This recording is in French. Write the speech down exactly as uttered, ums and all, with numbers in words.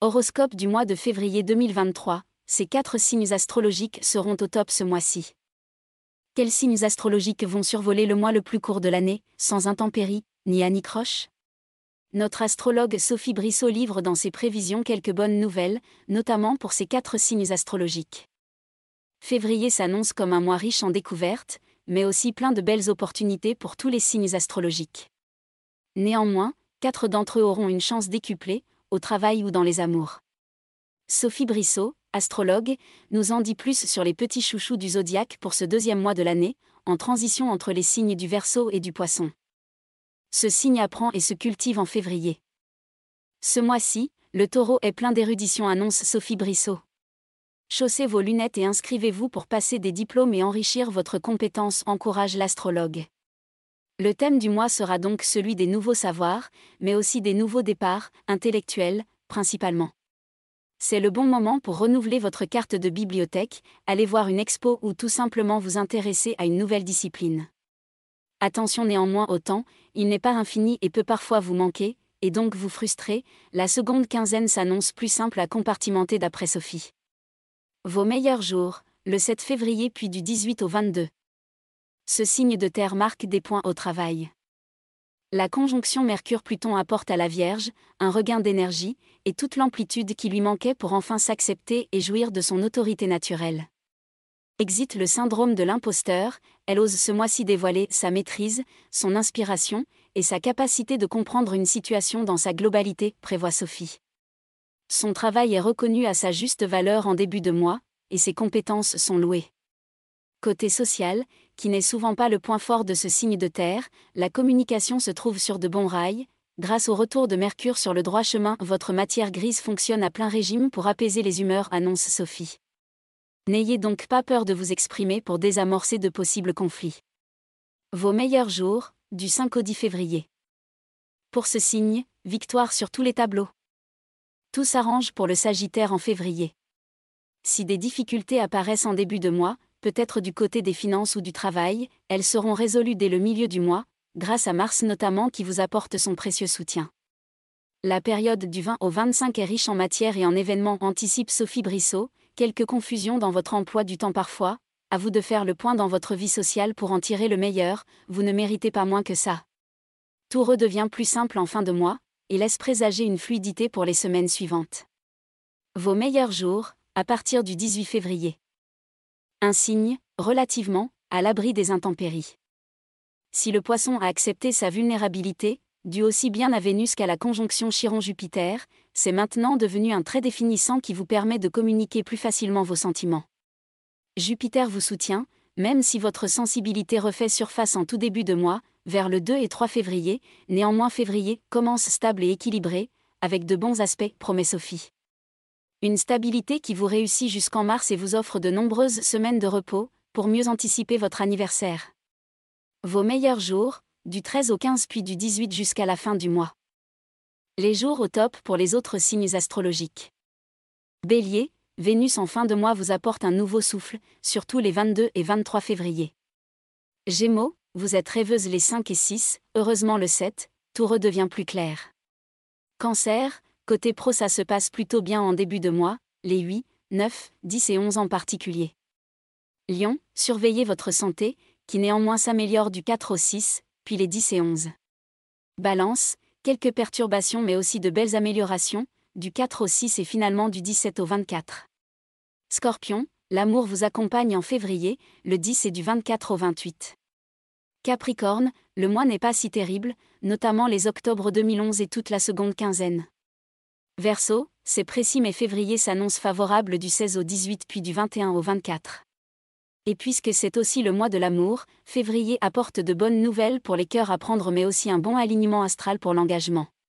Horoscope du mois de février deux mille vingt-trois, ces quatre signes astrologiques seront au top ce mois-ci. Quels signes astrologiques vont survoler le mois le plus court de l'année, sans intempéries, ni anicroche? Notre astrologue Sophie Brissot livre dans ses prévisions quelques bonnes nouvelles, notamment pour ces quatre signes astrologiques. Février s'annonce comme un mois riche en découvertes, mais aussi plein de belles opportunités pour tous les signes astrologiques. Néanmoins, quatre d'entre eux auront une chance décuplée, au travail ou dans les amours. Sophie Brissot, astrologue, nous en dit plus sur les petits chouchous du zodiaque pour ce deuxième mois de l'année, en transition entre les signes du Verseau et du Poisson. Ce signe apprend et se cultive en février. Ce mois-ci, le Taureau est plein d'érudition, annonce Sophie Brissot. Chaussez vos lunettes et inscrivez-vous pour passer des diplômes et enrichir votre compétence, encourage l'astrologue. Le thème du mois sera donc celui des nouveaux savoirs, mais aussi des nouveaux départs, intellectuels, principalement. C'est le bon moment pour renouveler votre carte de bibliothèque, aller voir une expo ou tout simplement vous intéresser à une nouvelle discipline. Attention néanmoins au temps, il n'est pas infini et peut parfois vous manquer, et donc vous frustrer, la seconde quinzaine s'annonce plus simple à compartimenter d'après Sophie. Vos meilleurs jours, le sept février puis du dix-huit au vingt-deux. Ce signe de terre marque des points au travail. La conjonction Mercure-Pluton apporte à la Vierge un regain d'énergie et toute l'amplitude qui lui manquait pour enfin s'accepter et jouir de son autorité naturelle. Exit le syndrome de l'imposteur, elle ose ce mois-ci dévoiler sa maîtrise, son inspiration et sa capacité de comprendre une situation dans sa globalité, prévoit Sophie. Son travail est reconnu à sa juste valeur en début de mois, et ses compétences sont louées. Côté social, qui n'est souvent pas le point fort de ce signe de terre, la communication se trouve sur de bons rails. Grâce au retour de Mercure sur le droit chemin, votre matière grise fonctionne à plein régime pour apaiser les humeurs, annonce Sophie. N'ayez donc pas peur de vous exprimer pour désamorcer de possibles conflits. Vos meilleurs jours, du cinq au dix février. Pour ce signe, victoire sur tous les tableaux. Tout s'arrange pour le Sagittaire en février. Si des difficultés apparaissent en début de mois, peut-être du côté des finances ou du travail, elles seront résolues dès le milieu du mois, grâce à Mars notamment qui vous apporte son précieux soutien. La période du vingt au vingt-cinq est riche en matière et en événements, anticipe Sophie Brissot. Quelques confusions dans votre emploi du temps parfois, à vous de faire le point dans votre vie sociale pour en tirer le meilleur, vous ne méritez pas moins que ça. Tout redevient plus simple en fin de mois, et laisse présager une fluidité pour les semaines suivantes. Vos meilleurs jours, à partir du dix-huit février. Un signe, relativement, à l'abri des intempéries. Si le Poisson a accepté sa vulnérabilité, due aussi bien à Vénus qu'à la conjonction Chiron-Jupiter, c'est maintenant devenu un trait définissant qui vous permet de communiquer plus facilement vos sentiments. Jupiter vous soutient, même si votre sensibilité refait surface en tout début de mois, vers le deux et trois février, néanmoins février commence stable et équilibré, avec de bons aspects, promet Sophie. Une stabilité qui vous réussit jusqu'en mars et vous offre de nombreuses semaines de repos, pour mieux anticiper votre anniversaire. Vos meilleurs jours, du treize au quinze puis du dix-huit jusqu'à la fin du mois. Les jours au top pour les autres signes astrologiques. Bélier, Vénus en fin de mois vous apporte un nouveau souffle, surtout les vingt-deux et vingt-trois février. Gémeaux, vous êtes rêveuse les cinq et six, heureusement le sept, tout redevient plus clair. Cancer, côté pro ça se passe plutôt bien en début de mois, les huit, neuf, dix et onze en particulier. Lion, surveillez votre santé, qui néanmoins s'améliore du quatre au six, puis les dix et onze. Balance, quelques perturbations mais aussi de belles améliorations, du quatre au six et finalement du dix-sept au vingt-quatre. Scorpion, l'amour vous accompagne en février, le dix et du vingt-quatre au vingt-huit. Capricorne, le mois n'est pas si terrible, notamment les octobre deux mille onze et toute la seconde quinzaine. Verseau, c'est précis mais février s'annonce favorable du seize au dix-huit puis du vingt et un au vingt-quatre. Et puisque c'est aussi le mois de l'amour, février apporte de bonnes nouvelles pour les cœurs à prendre mais aussi un bon alignement astral pour l'engagement.